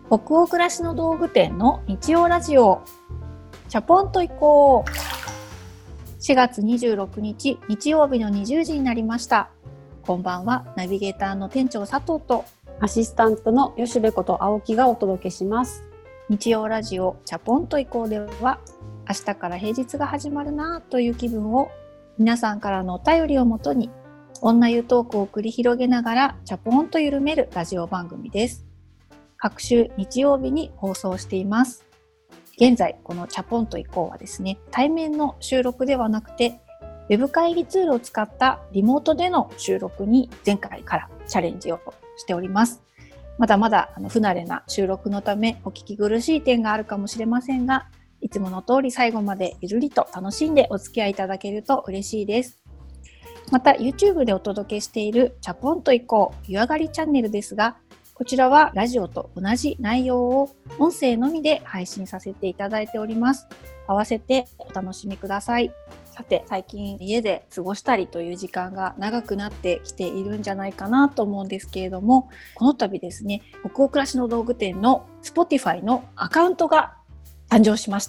北欧暮らしの道具店の日曜ラジオ、チャポンと行こう。4月26日日曜日の20時になりました。こんばんは。ナビゲーターの店長佐藤とアシスタントの吉部こと青木がお届けします。 日曜ラジオチャポンと行こうでは、明日から平日が始まるなという気分を皆さんからのお便りをもとに女湯トークを繰り広げながらチャポンと緩めるラジオ番組です。各週日曜日に放送しています。現在このチャポンと行こうはですね、対面の収録ではなくてウェブ会議ツールを使ったリモートでの収録に前回からチャレンジをしております。まだまだ不慣れな収録のためお聞き苦しい点があるかもしれませんが、いつもの通り最後までゆるりと楽しんでお付き合いいただけると嬉しいです。また YouTube でお届けしているチャポンと行こう湯上がりチャンネルですが、こちらはラジオと同じ内容を音声のみで配信させていただいております。合わせてお楽しみください。さて、最近家で過ごしたりという時間が長くなってきているんじゃないかなと思うんですけれども、この度ですね、北欧暮らしの道具店の Spotify のアカウントが誕生しました。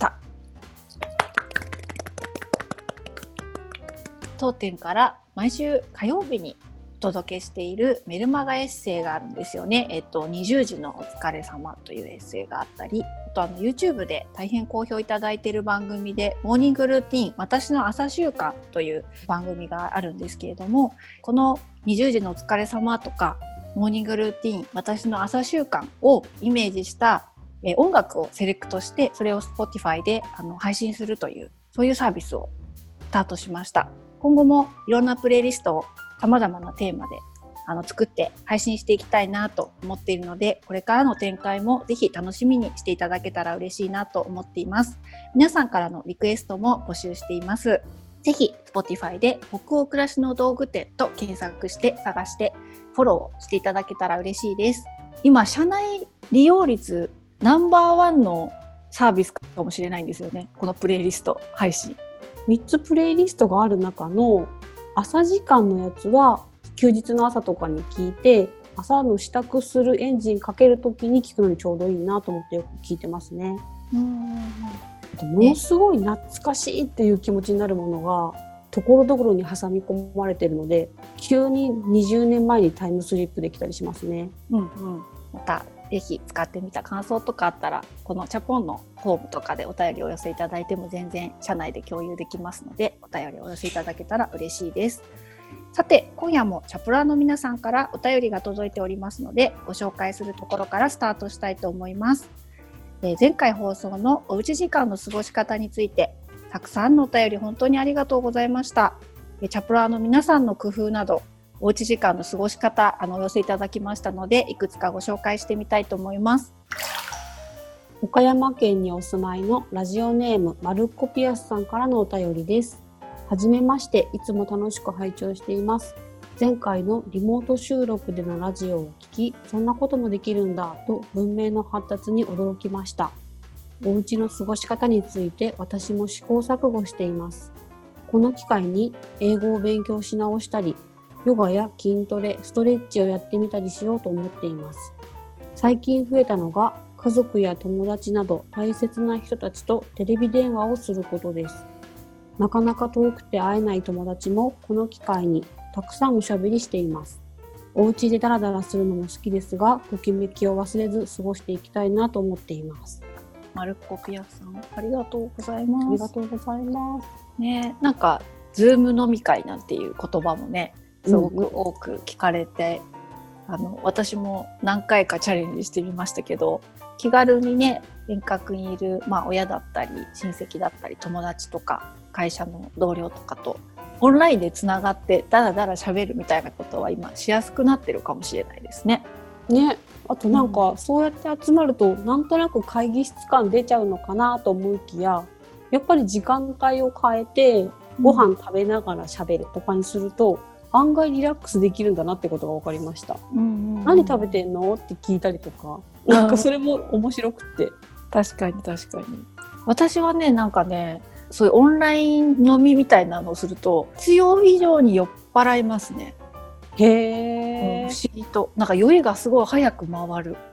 当店から毎週火曜日にお届けしているメルマガエッセイがあるんですよね。20時のお疲れ様というエッセイがあったり、あとYouTube で大変好評いただいている番組でモーニングルーティン私の朝習慣という番組があるんですけれども、この20時のお疲れ様とかモーニングルーティン私の朝習慣をイメージした音楽をセレクトしてそれを Spotify で配信するというそういうサービスをスタートしました。今後もいろんなプレイリストを様々なテーマで作って配信していきたいなと思っているので、これからの展開もぜひ楽しみにしていただけたら嬉しいなと思っています。皆さんからのリクエストも募集しています。ぜひ Spotify で北欧暮らしの道具店と検索して探してフォローしていただけたら嬉しいです。今社内利用率ナンバーワンのサービスかもしれないんですよね。このプレイリスト配信 3つプレイリストがある中の朝時間のやつは休日の朝とかに聞いて、朝の支度するエンジンかけるときに聞くのにちょうどいいなと思ってよく聞いてますね。ものすごい懐かしいっていう気持ちになるものがところどころに挟み込まれているので、急に20年前にタイムスリップできたりしますね。 またぜひ使ってみた感想とかあったら、このチャポンのフォームとかでお便りをお寄せいただいても全然社内で共有できますので、お便りをお寄せいただけたら嬉しいです。さて、今夜もチャプラーの皆さんからお便りが届いておりますので、ご紹介するところからスタートしたいと思います。前回放送のおうち時間の過ごし方について、たくさんのお便り本当にありがとうございました。チャプラーの皆さんの工夫など、おうち時間の過ごし方お寄せいただきましたので、いくつかご紹介してみたいと思います。 岡山県にお住まいのラジオネームマルコピアスさんからのお便りです。はじめまして、いつも楽しく拝聴しています。前回のリモート収録でのラジオを聞き、そんなこともできるんだと文明の発達に驚きました。おうちの過ごし方について私も試行錯誤しています。この機会に英語を勉強し直したり、ヨガや筋トレ、ストレッチをやってみたりしようと思っています。最近増えたのが家族や友達など大切な人たちとテレビ電話をすることです。なかなか遠くて会えない友達もこの機会にたくさんおしゃべりしています。お家でダラダラするのも好きですが、ときめきを忘れず過ごしていきたいなと思っています。 マルコピアさん、ありがとうございます。 ありがとうございます。 ね、なんかズーム飲み会なんていう言葉もね、すごく多く聞かれて、私も何回かチャレンジしてみましたけど、気軽にね、遠隔にいる、親だったり親戚だったり友達とか会社の同僚とかとオンラインでつながってダラダラ喋るみたいなことは今しやすくなってるかもしれないですね。 あとなんか、そうやって集まるとなんとなく会議室感出ちゃうのかなと思いきや、やっぱり時間帯を変えてご飯食べながら喋るとかにすると、案外リラックスできるんだなってことが分かりました。何食べてんのって聞いたりとか、なんかそれも面白くって。 確かに。私はね、なんかね、そういうオンライン飲みみたいなのをすると必要以上に酔っ払いますね。 へー、 不思議となんか酔いがすごい早く回る。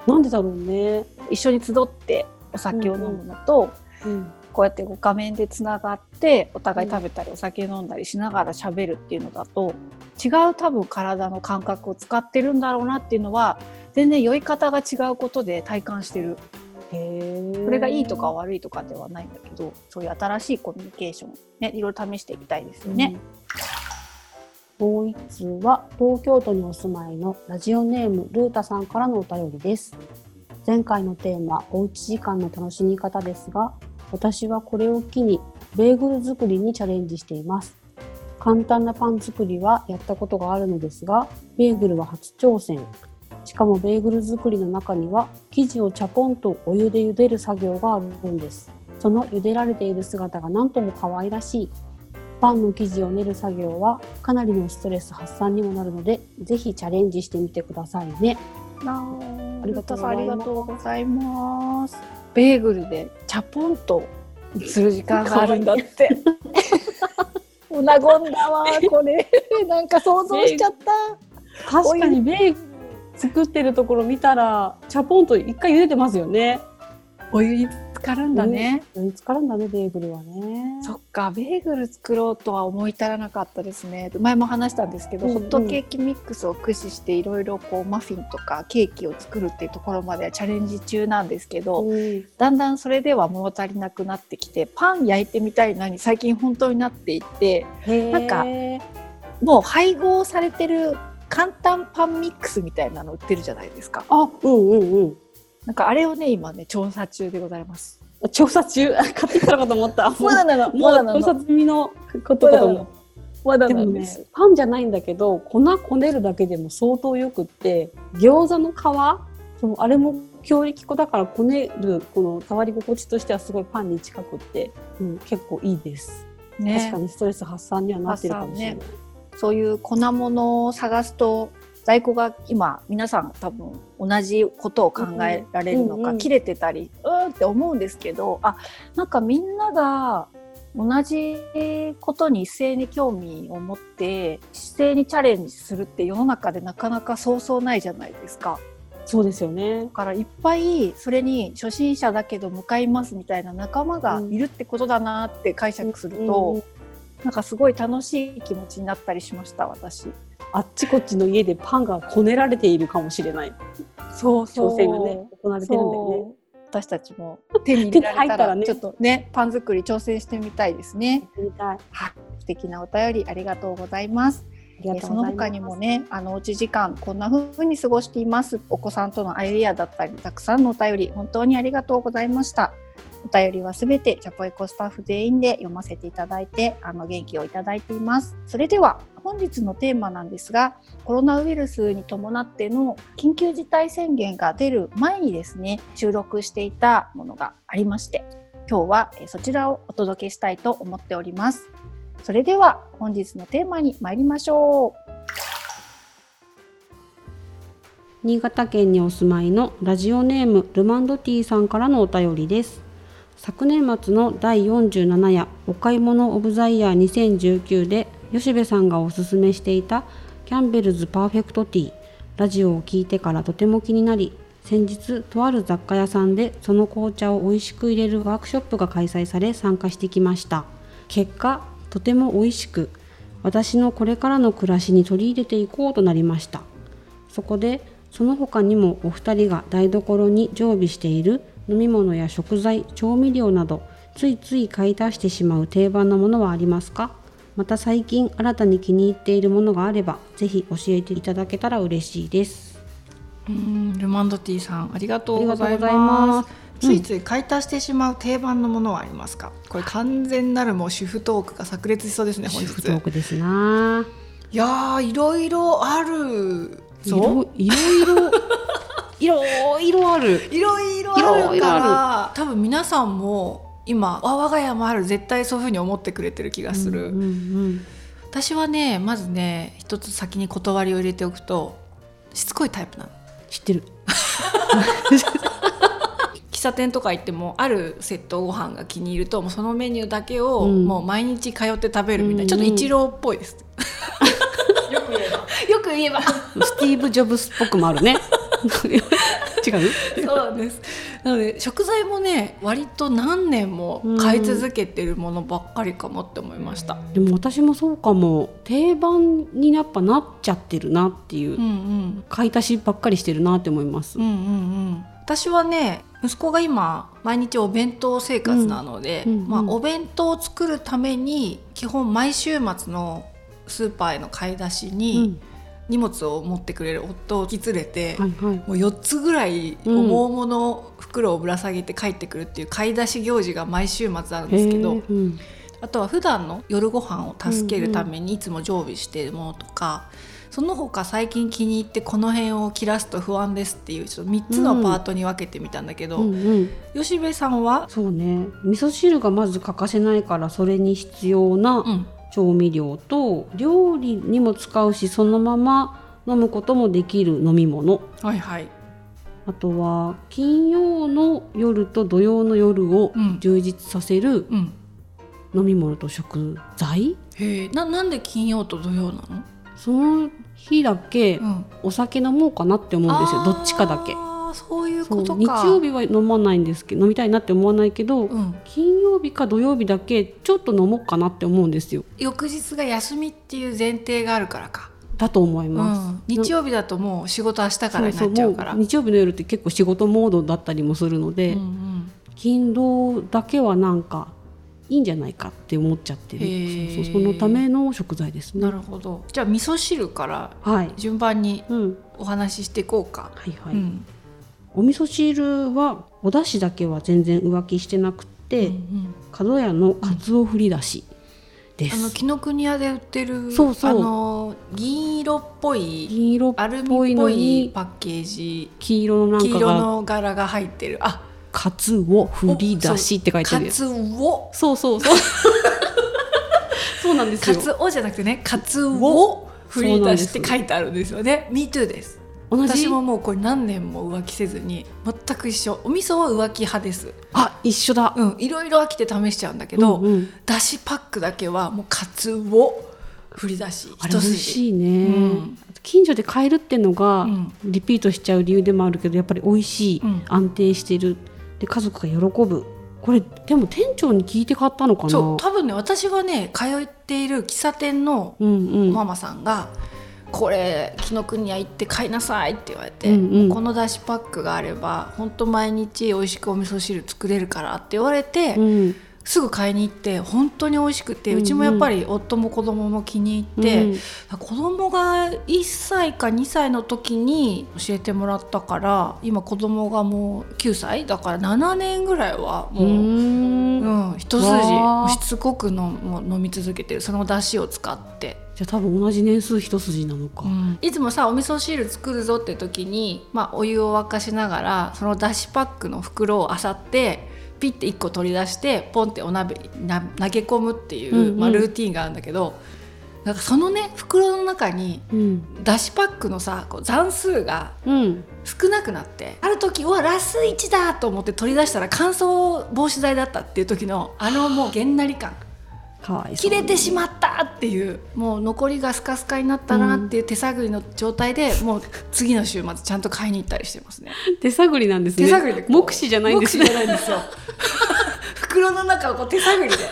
なんでだろうね。 一緒に集ってお酒を飲むのと、こうやって画面でつながってお互い食べたりお酒飲んだりしながら喋るっていうのだと、違う多分体の感覚を使ってるんだろうなっていうのは全然酔い方が違うことで体感してる。これがいいとか悪いとかではないんだけど、そういう新しいコミュニケーションね、いろいろ試していきたいですよね。 もう一通は東京都にお住まいのラジオネームルータさんからのお便りです。前回のテーマ、おうち時間の楽しみ方ですが、私はこれを機にベーグル作りにチャレンジしています。簡単なパン作りはやったことがあるのですが、ベーグルは初挑戦。しかもベーグル作りの中には生地をチャポンとお湯で茹でる作業があるんです。その茹でられている姿がなんとも可愛らしい。パンの生地を練る作業はかなりのストレス発散にもなるので、ぜひチャレンジしてみてくださいね。 ありがとうございます。ベーグルでチャポンとする時間があるんだってうなごんだわこれなんか想像しちゃった。 確かにベーグル作ってるところ見たらチャポンと一回茹でてますよね。 お湯に浸かるんだね。 お湯に浸かるんだね、ベーグルはね。 そっか、ベーグル作ろうとは思い至らなかったですね。前も話したんですけど、ホットケーキミックスを駆使していろいろマフィンとかケーキを作るっていうところまではチャレンジ中なんですけど、だんだんそれでは物足りなくなってきて、パン焼いてみたいなに最近本当になっていて、なんかもう配合されてる簡単パンミックスみたいなの売ってるじゃないですか。なんかあれをね今ね調査中でございます。 調査中買ってきたのかと思った。 まだなの。 もう調査済みのことかと思った。 まだなんです。 でもね、パンじゃないんだけど粉こねるだけでも相当よくって、餃子の皮、あれも強力粉だからこねるこの触り心地としてはすごいパンに近くって、結構いいです、ね。確かにストレス発散にはなってるかもしれない。 そういう粉物を探すと在庫が今皆さん多分同じことを考えられるのか、切れてたりって思うんですけど、なんかみんなが同じことに一斉に興味を持って一斉にチャレンジするって世の中でなかなかそうそうないじゃないですか。 そうですよね。 だからいっぱいそれに初心者だけど向かいますみたいな仲間がいるってことだなって解釈すると、なんかすごい楽しい気持ちになったりしました。私あっちこっちの家でパンがこねられているかもしれない。挑戦がね行われてるんだよね。 私たちも手に入れられたらちょっとねパン作り挑戦してみたいですね。素敵なお便りありがとうございます。その他にもね、おうち時間こんな風に過ごしています。お子さんとのアイデアだったりたくさんのお便り本当にありがとうございました。お便りはすべてジャポエコスタッフ全員で読ませていただいて元気をいただいています。それでは本日のテーマなんですが、コロナウイルスに伴っての緊急事態宣言が出る前にですね収録していたものがありまして、今日はそちらをお届けしたいと思っております。それでは本日のテーマに参りましょう。 新潟県にお住まいのラジオネームルマンドティーさんからのお便りです。昨年末の第47夜お買い物オブザイヤー2019で吉部さんがおすすめしていたキャンベルズパーフェクトティー、ラジオを聞いてからとても気になり、先日とある雑貨屋さんでその紅茶を美味しく入れるワークショップが開催され参加してきました。結果とても美味しく、私のこれからの暮らしに取り入れていこうとなりました。そこでその他にもお二人が台所に常備している飲み物や食材、調味料などついつい買い足してしまう定番のものはありますか？また最近新たに気に入っているものがあればぜひ教えていただけたら嬉しいです。 ルマンドティーさんありがとうございます。ついつい買い足してしまう定番のものはありますか？これ完全なるもう主婦トークが炸裂しそうですね。本日主婦トークですな。 いやーいろいろあるぞ。いろいろあるから多分皆さんも今我が家もある絶対そういう風に思ってくれてる気がする、私はねまずね一つ先に断りを入れておくとしつこいタイプなの。 知ってる喫茶店とか行ってもあるセットご飯が気に入るともうそのメニューだけをもう毎日通って食べるみたいな、ちょっとイチローっぽいですよく言えばスティーブ・ジョブスっぽくもあるね違う？ そうです。なので食材もね割と何年も買い続けてるものばっかりかもって思いました。 でも私もそうかも。定番にやっぱなっちゃってるなっていう、買い足しばっかりしてるなって思います。 私はね息子が今毎日お弁当生活なので、お弁当を作るために基本毎週末のスーパーへの買い出しに、荷物を持ってくれる夫を引き連れて、もう4つぐらい重々の袋をぶら下げて帰ってくるっていう買い出し行事が毎週末あるんですけど、あとは普段の夜ご飯を助けるためにいつも常備しているものとか、その他最近気に入ってこの辺を切らすと不安ですっていうちょっと3つのパートに分けてみたんだけど、吉部さんは？ そうね、味噌汁がまず欠かせないからそれに必要な調味料と、料理にも使うしそのまま飲むこともできる飲み物、あとは金曜の夜と土曜の夜を充実させる飲み物と食材。 なんで金曜と土曜なの？ その日だけお酒飲もうかなって思うんですよ、どっちかだけ。 そういうことか。 日曜日は飲まないんですけど、飲みたいなって思わないけど、金曜日か土曜日だけちょっと飲もうかなって思うんですよ。 翌日が休みっていう前提があるからか。 だと思います、 日曜日だともう仕事明日からになっちゃうから。 日曜日の夜って結構仕事モードだったりもするので、金土だけはなんかいいんじゃないかって思っちゃってる。そのための食材ですね。 なるほど。じゃあ味噌汁から順番にお話ししていこうか。 お味噌汁はお出汁だけは全然浮気してなくて、角屋のかつお振り出しです。 紀ノ国屋で売ってる銀色っぽいアルミっぽいパッケージ、黄色の柄が入ってる。 かつお振り出しって書いてる。 かつお、 そうなんですよ。 かつおじゃなくてね、かつお振り出しって書いてあるんですよね。Me too です。私ももうこれ何年も浮気せずに全く一緒。お味噌は浮気派です。 一緒だ。 いろいろ飽きて試しちゃうんだけど、だしパックだけはもうかつお振り出し一筋。 あれ美味しいね、近所で買えるってのがリピートしちゃう理由でもあるけど、やっぱり美味しい、安定してるで家族が喜ぶ。これでも店長に聞いて買ったのかな。 多分ね、私がね通っている喫茶店のママさんが、これ紀ノ国屋行って買いなさいって言われて、このだしパックがあれば本当毎日美味しくお味噌汁作れるからって言われて、すぐ買いに行って本当に美味しくて、うちもやっぱり夫も子供も気に入って、子供が1歳か2歳の時に教えてもらったから、今子供がもう9歳だから7年ぐらいはもう、一筋しつこく飲み続けてる、そのだしを使って。 じゃあ多分同じ年数一筋なのか、 いつもさお味噌汁作るぞって時に、お湯を沸かしながらそのだしパックの袋を漁ってピッて1個取り出してポンってお鍋に投げ込むっていう、ルーティンがあるんだけど、なんかそのね袋の中に、だしパックのさこう残数が少なくなって、ある時ラス1だと思って取り出したら乾燥防止剤だったっていう時のもうげんなり感、切れてしまったっていう、もう残りがスカスカになったなっていう手探りの状態で、もう次の週末ちゃんと買いに行ったりしてますね。 手探りなんですね。 手探りで目視じゃないんですね。 目視じゃないんですよ袋の中をこう手探りで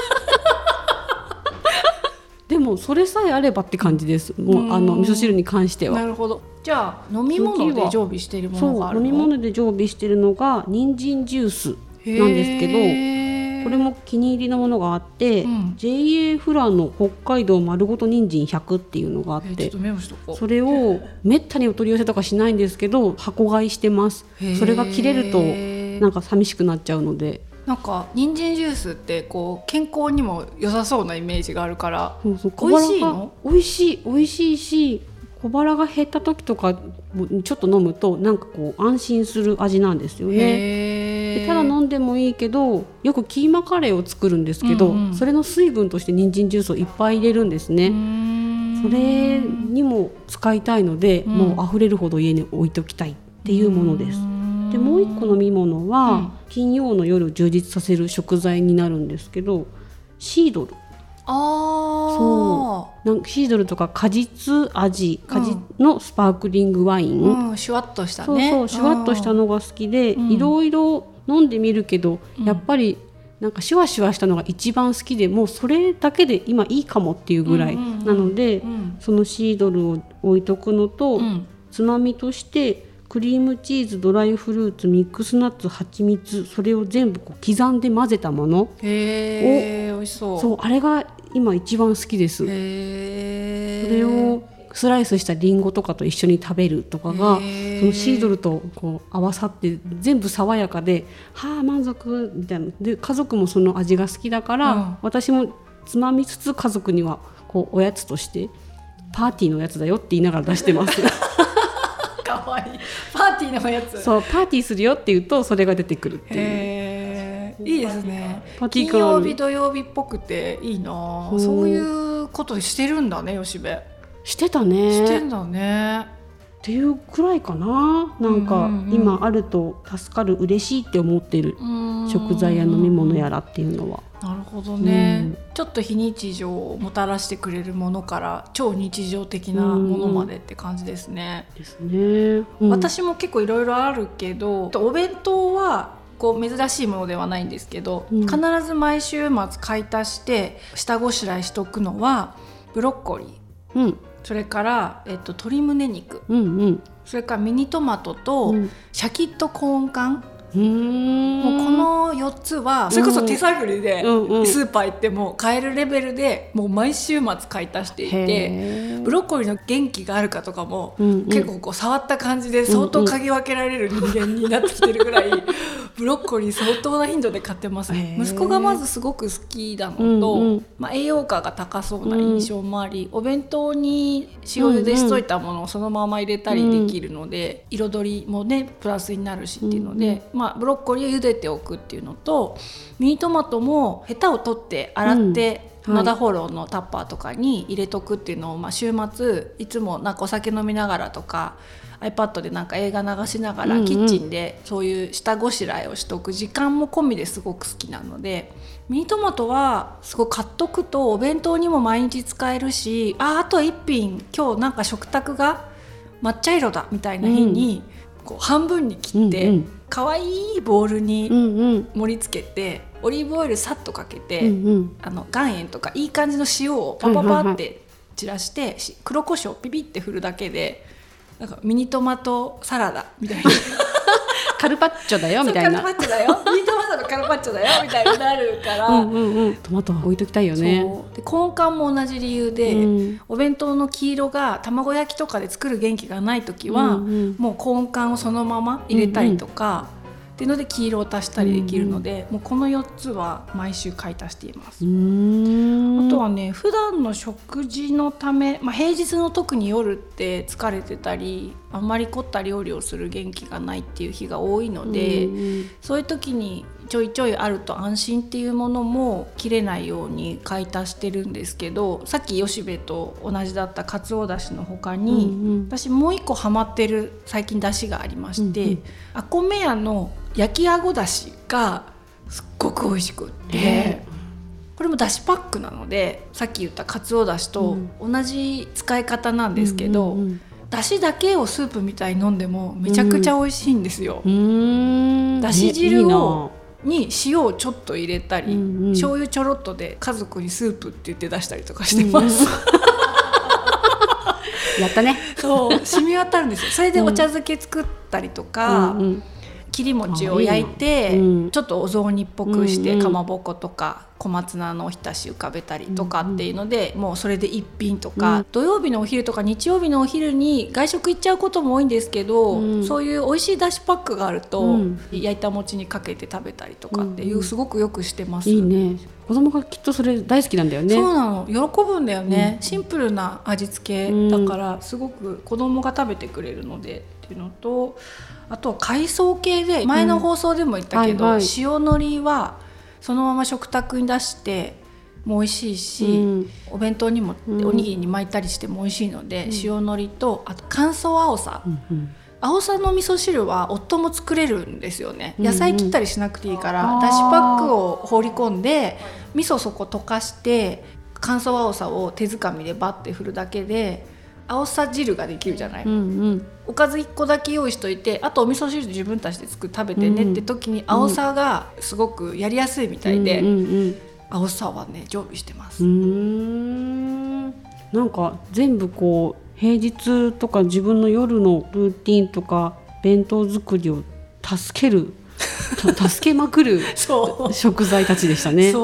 でもそれさえあればって感じです。もう味噌汁に関しては。 なるほど。じゃあ飲み物で常備しているものがあるの？ 飲み物で常備しているのが人参ジュースなんですけど、これも気に入りのものがあって、JA フラの北海道丸ごと人参100っていうのがあって、 ちょっとメモしとこう。 それをめったにお取り寄せとかしないんですけど箱買いしてます。それが切れるとなんか寂しくなっちゃうので。 なんか人参ジュースってこう健康にも良さそうなイメージがあるから、美味しいの？ 美味しいし、小腹が減った時とかちょっと飲むとなんかこう安心する味なんですよね。でただ飲んでもいいけど、よくキーマカレーを作るんですけど、それの水分として人参ジュースをいっぱい入れるんですね。それにも使いたいので、もう溢れるほど家に置いておきたいっていうものです。でもう一個飲み物は、金曜の夜充実させる食材になるんですけど、シードル。 そうなんかシードルとか果実のスパークリングワイン、 シュワッとしたね。 そうシュワッとしたのが好きで、いろいろ飲んでみるけど、やっぱりなんかシュワシュワしたのが一番好きで、もうそれだけで今いいかもっていうぐらいなので、そのシードルを置いとくのと、つまみとしてクリームチーズ、ドライフルーツ、ミックスナッツ、蜂蜜、それを全部こう刻んで混ぜたもの、 美味しそう。 そうあれが今一番好きです。それをスライスしたリンゴとかと一緒に食べるとかが、そのシードルとこう合わさって全部爽やかで、満足みたいなで、家族もその味が好きだから、私もつまみつつ家族にはこうおやつとしてパーティーのやつだよって言いながら出してますかわいい。パーティーのやつ。 そうパーティーするよって言うとそれが出てくるっていう。 いいですね。金曜日土曜日っぽくていいな。そういうことしてるんだね、吉部。 してたね。 してんだね。 っていうくらいかな。なんか今あると助かる、嬉しいって思ってる食材や飲み物やらっていうのは。 なるほどね、ちょっと非日常をもたらしてくれるものから超日常的なものまでって感じですね。 ですね。 私も結構いろいろあるけど、お弁当はこう珍しいものではないんですけど、必ず毎週末買い足して下ごしらえしとくのはブロッコリー、それから、鶏胸肉、それからミニトマトと、シャキッとコーン缶、もうこの4つはそれこそ手探りでスーパー行っても買えるレベルでもう毎週末買い足していて、ブロッコリーの元気があるかとかも、結構こう触った感じで相当嗅ぎ分けられる人間になってきてるぐらい、ブロッコリー相当な頻度で買ってますね。息子がまずすごく好きなのと、栄養価が高そうな印象もあり、お弁当に塩茹でしといたものをそのまま入れたりできるので、彩りもねプラスになるしっていうので、ブロッコリーを茹でておくっていうのと、ミニトマトもヘタを取って洗って、野田ホロのタッパーとかに入れとくっていうのを、週末いつもなんかお酒飲みながらとか iPad でなんか映画流しながらキッチンでそういう下ごしらえをしとく時間も込みですごく好きなので、ミニトマトはすごい買っとくとお弁当にも毎日使えるし、あと1品今日なんか食卓が抹茶色だみたいな日に、こう半分に切って、かわいいボウルに盛り付けて、オリーブオイルさっとかけて、岩塩とかいい感じの塩をパパパって散らして、黒胡椒をピピって振るだけでなんかミニトマトサラダみたいなカルパッチョだよみたいな。 カルパッチョだよミニトマトのカルパッチョだよみたいになるからトマトは置いときたいよね。 でコーン缶も同じ理由で、お弁当の黄色が卵焼きとかで作る元気がない時は、もうコーン缶をそのまま入れたりとか、っていうので黄色を足したりできるので、もうこの4つは毎週買い足しています。あとはね、普段の食事のため、平日の特に夜って疲れてたりあんまり凝った料理をする元気がないっていう日が多いので、そういう時にちょいちょいあると安心っていうものも切れないように買い足してるんですけど、さっき吉部と同じだったかつおだしの他に、私もう一個ハマってる最近だしがありまして、あこめ屋の焼きあごだしがすっごく美味しくって、これもだしパックなのでさっき言ったかつおだしと同じ使い方なんですけど、だしだけをスープみたいに飲んでもめちゃくちゃ美味しいんですよ。だし汁に塩をちょっと入れたり、醤油ちょろっとで家族にスープって言って出したりとかしてます、 やったね。 そう染み渡るんですよ。それでお茶漬け作ったりとか、切り餅を焼いてちょっとお雑煮っぽくして、かまぼことか小松菜のおひたし浮かべたりとかっていうので、もうそれで一品とか、土曜日のお昼とか日曜日のお昼に外食行っちゃうことも多いんですけど、そういう美味しいだしパックがあると、焼いた餅にかけて食べたりとかっていう、すごくよくしてます。 いいね。子供がきっとそれ大好きなんだよね。 そうなの、喜ぶんだよね、シンプルな味付けだからすごく子供が食べてくれるのでっていうのと、あとは海藻系で前の放送でも言ったけど、塩のりはそのまま食卓に出しても美味しいし、お弁当にもおにぎりに巻いたりしても美味しいので、塩のりとあと乾燥あおさ、あおさの味噌汁は夫も作れるんですよね。野菜切ったりしなくていいから、だしパックを放り込んで味噌そこ溶かして乾燥あおさを手づかみでバッて振るだけであおさ汁ができるじゃない、おかず1個だけ用意しといて、あとお味噌汁自分たちで食べてねって時にあおさがすごくやりやすいみたいで、あおさはね常備してます。 なんか全部こう平日とか自分の夜のルーティンとか弁当作りを助けまくる食材たちでしたね。 そう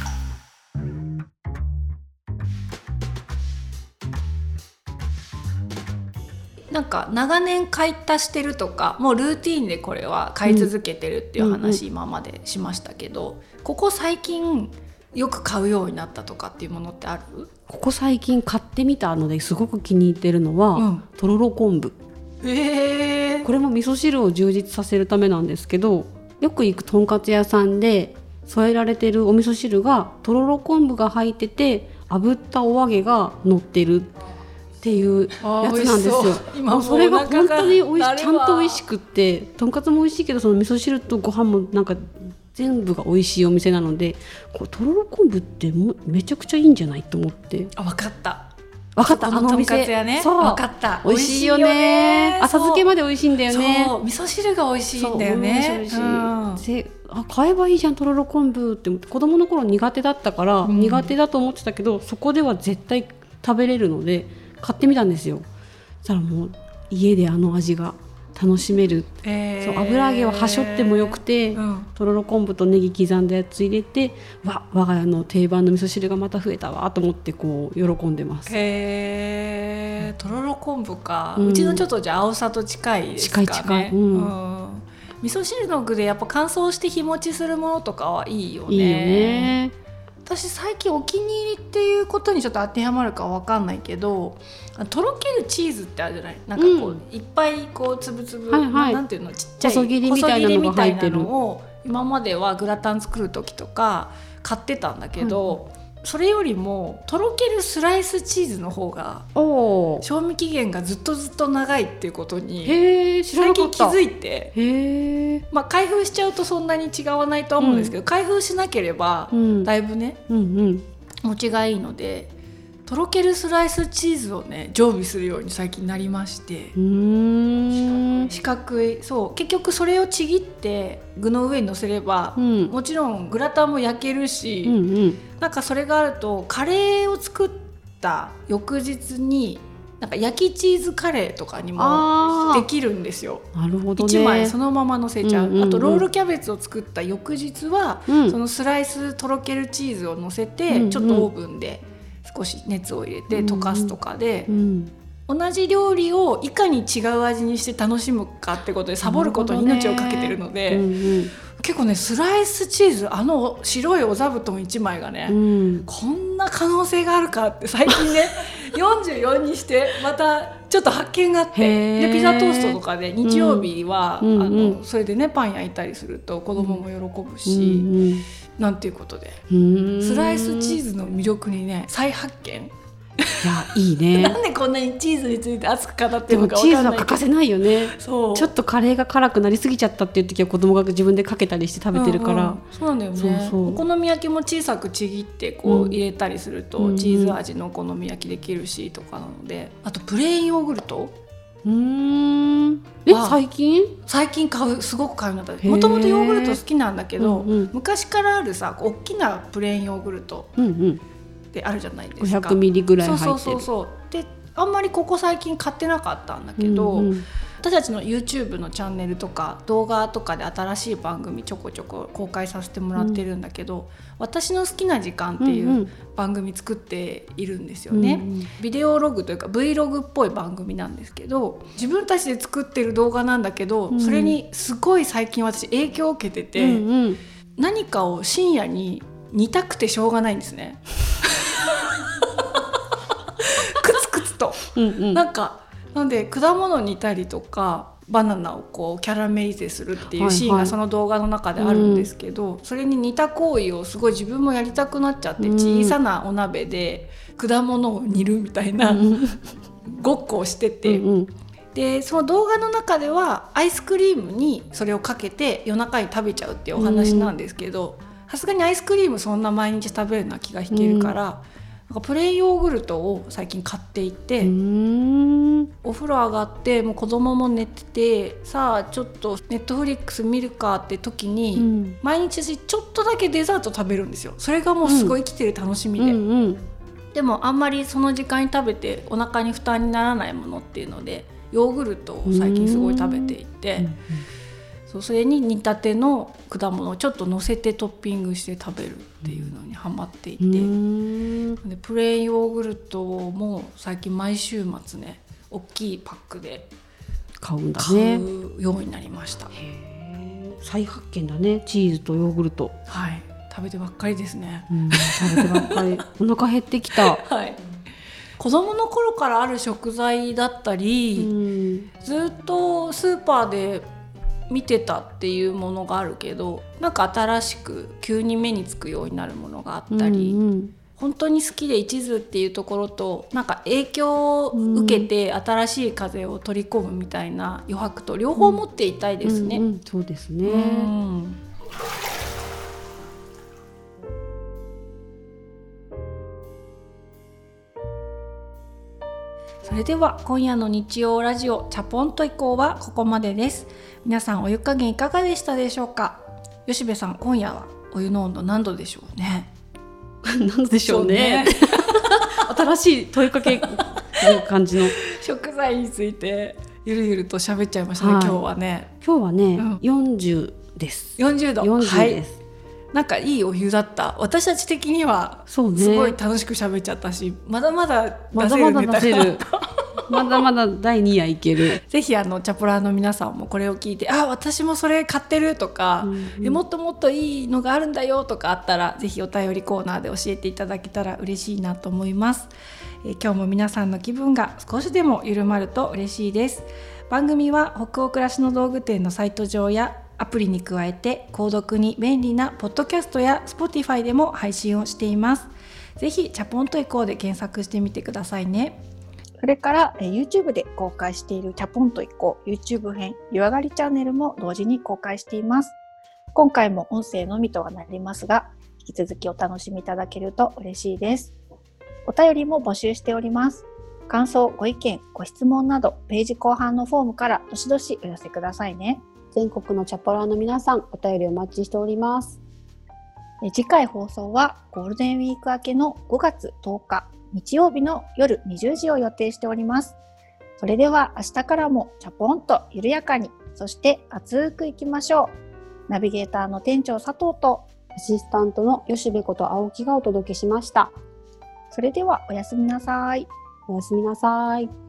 なんか長年買い足してるとかもうルーティーンでこれは買い続けてるっていう話、今までしましたけど、ここ最近よく買うようになったとかっていうものってある？ ここ最近買ってみたのですごく気に入ってるのは、とろろ昆布。これも味噌汁を充実させるためなんですけど、よく行くとんかつ屋さんで添えられてるお味噌汁がとろろ昆布が入ってて炙ったお揚げが乗ってるっていうやつなんですよ。もうそれが本当にちゃんと美味しくって、とんかつも美味しいけどその味噌汁とご飯もなんか全部が美味しいお店なので、とろろ昆布ってめちゃくちゃいいんじゃないと思って。 分かったあのお店、 とんかつ屋ね、 そう分かった、 美味しいよね。浅漬けまで美味しいんだよね。 そう味噌汁が美味しいんだよね。 買えばいいじゃんとろろ昆布って思って、子供の頃苦手だったから、苦手だと思ってたけどそこでは絶対食べれるので買ってみたんですよ。そしたらもう家であの味が楽しめる、そう油揚げははしょってもよくて、とろろ昆布とネギ刻んだやつ入れて、我が家の定番の味噌汁がまた増えたわと思ってこう喜んでます。 とろろ昆布か、うちのちょっとじゃあ青さと近いですかね。 近い、 味噌汁の具でやっぱ乾燥して日持ちするものとかはいいよね。 いいよね。 私最近お気に入りっていうことにちょっと当てはまるかわかんないけど、とろけるチーズってあるじゃない、なんかこう、いっぱいこうつぶつぶ、なんていうの、ちっちゃい細切りみたいなのが入ってる。 細切りみたいなのを今まではグラタン作る時とか買ってたんだけど、それよりもとろけるスライスチーズの方が賞味期限がずっと長いっていうことに最近気づいて、開封しちゃうとそんなに違わないとは思うんですけど、開封しなければだいぶね、持ちがいいのでとろけるスライスチーズをね常備するように最近なりまして、四角い、そう結局それをちぎって具の上に乗せれば、もちろんグラタンも焼けるし、なんかそれがあるとカレーを作った翌日になんか焼きチーズカレーとかにもできるんですよ。 なるほどね。 1枚そのまま乗せちゃう、あとロールキャベツを作った翌日は、そのスライスとろけるチーズを乗せて、ちょっとオーブンで少し熱を入れて溶かすとかで、同じ料理をいかに違う味にして楽しむかってことでサボることに命をかけてるので、結構ねスライスチーズ、あの白いお座布団1枚がね、こんな可能性があるかって最近ね44にしてまたちょっと発見があって、でピザトーストとかで日曜日は、それでねパン焼いたりすると子供も喜ぶし、なんていうことでスライスチーズの魅力にね再発見。 いやいいね。 なんでこんなにチーズについて熱く語ってるのか分かんないけど、 チーズは欠かせないよね。 そうちょっとカレーが辛くなりすぎちゃったっていう時は子供が自分でかけたりして食べてるから、 そうなんだよね。お好み焼きも小さくちぎってこう入れたりすると、チーズ味のお好み焼きできるしとかなので、あとプレーンヨーグルト最近すごく買うようになった。もともとヨーグルト好きなんだけど、昔からあるさ大きなプレーンヨーグルトってあるじゃないですか。 500ミリぐらい入ってる。 そうであんまりここ最近買ってなかったんだけど、私たちの YouTube のチャンネルとか動画とかで新しい番組ちょこちょこ公開させてもらってるんだけど、私の好きな時間っていう番組作っているんですよね。ビデオログというか Vlog っぽい番組なんですけど、自分たちで作ってる動画なんだけど、それにすごい最近私影響を受けてて、何かを深夜に煮たくてしょうがないんですねクツクツと、なんで果物煮たりとかバナナをこうキャラメリゼするっていうシーンがその動画の中であるんですけど、それに似た行為をすごい自分もやりたくなっちゃって、小さなお鍋で果物を煮るみたいなごっこをしてて、でその動画の中ではアイスクリームにそれをかけて夜中に食べちゃうっていうお話なんですけど、さすがにアイスクリームそんな毎日食べるのは気が引けるから、 なんかプレーンヨーグルトを最近買っていて、お風呂上がってもう子供も寝てて、さあちょっとネットフリックス見るかって時に、毎日ちょっとだけデザート食べるんですよ。それがもうすごい生きてる楽しみで、でもあんまりその時間に食べてお腹に負担にならないものっていうのでヨーグルトを最近すごい食べていて、それに煮立ての果物をちょっと乗せてトッピングして食べるっていうのにハマっていて、でプレーンヨーグルトも最近毎週末ね大きいパックで買うんだね。 買うようになりました。 再発見だね、チーズとヨーグルト。 はい、食べてばっかりですね。 食べてばっかりお腹減ってきた。 はい、子供の頃からある食材だったり、ずっとスーパーで見てたっていうものがあるけど、なんか新しく急に目につくようになるものがあったり、本当に好きで一途っていうところと、なんか影響を受けて新しい風を取り込むみたいな余白と両方持っていたいですね。 そうですね。 それでは今夜の日曜ラジオチャポンと以降はここまでです。皆さんお湯加減いかがでしたでしょうか。吉部さん、今夜はお湯の温度何度でしょうね。 何度でしょうね。新しい問いかけという感じの食材についてゆるゆると喋っちゃいましたね、今日はね。 40です。 40度。 40です。 なんかいいお湯だった。私たち的にはすごい楽しく喋っちゃったし、まだまだ出せるネタがまだまだ第2夜いける。 ぜひチャポラーの皆さんもこれを聞いて、私もそれ買ってるとか、もっともっといいのがあるんだよとかあったら、ぜひお便りコーナーで教えていただけたら嬉しいなと思います。今日も皆さんの気分が少しでも緩まると嬉しいです。番組は北欧暮らしの道具店のサイト上やアプリに加えて購読に便利なポッドキャストや Spotify でも配信をしています。ぜひチャポンと以降で検索してみてくださいね。 それから YouTube で公開しているチャポンと以降 YouTube 編湯上がりチャンネルも同時に公開しています。今回も音声のみとはなりますが、引き続きお楽しみいただけると嬉しいです。お便りも募集しております。感想、ご意見、ご質問などページ後半のフォームからどしどしお寄せくださいね。 全国のチャポラーの皆さん、お便りお待ちしております。 次回放送はゴールデンウィーク明けの5月10日日曜日の夜20時を予定しております。それでは明日からもチャポンと緩やかに、そして熱くいきましょう。ナビゲーターの店長佐藤とアシスタントの吉部こと青木がお届けしました。 それではおやすみなさい。 おやすみなさい。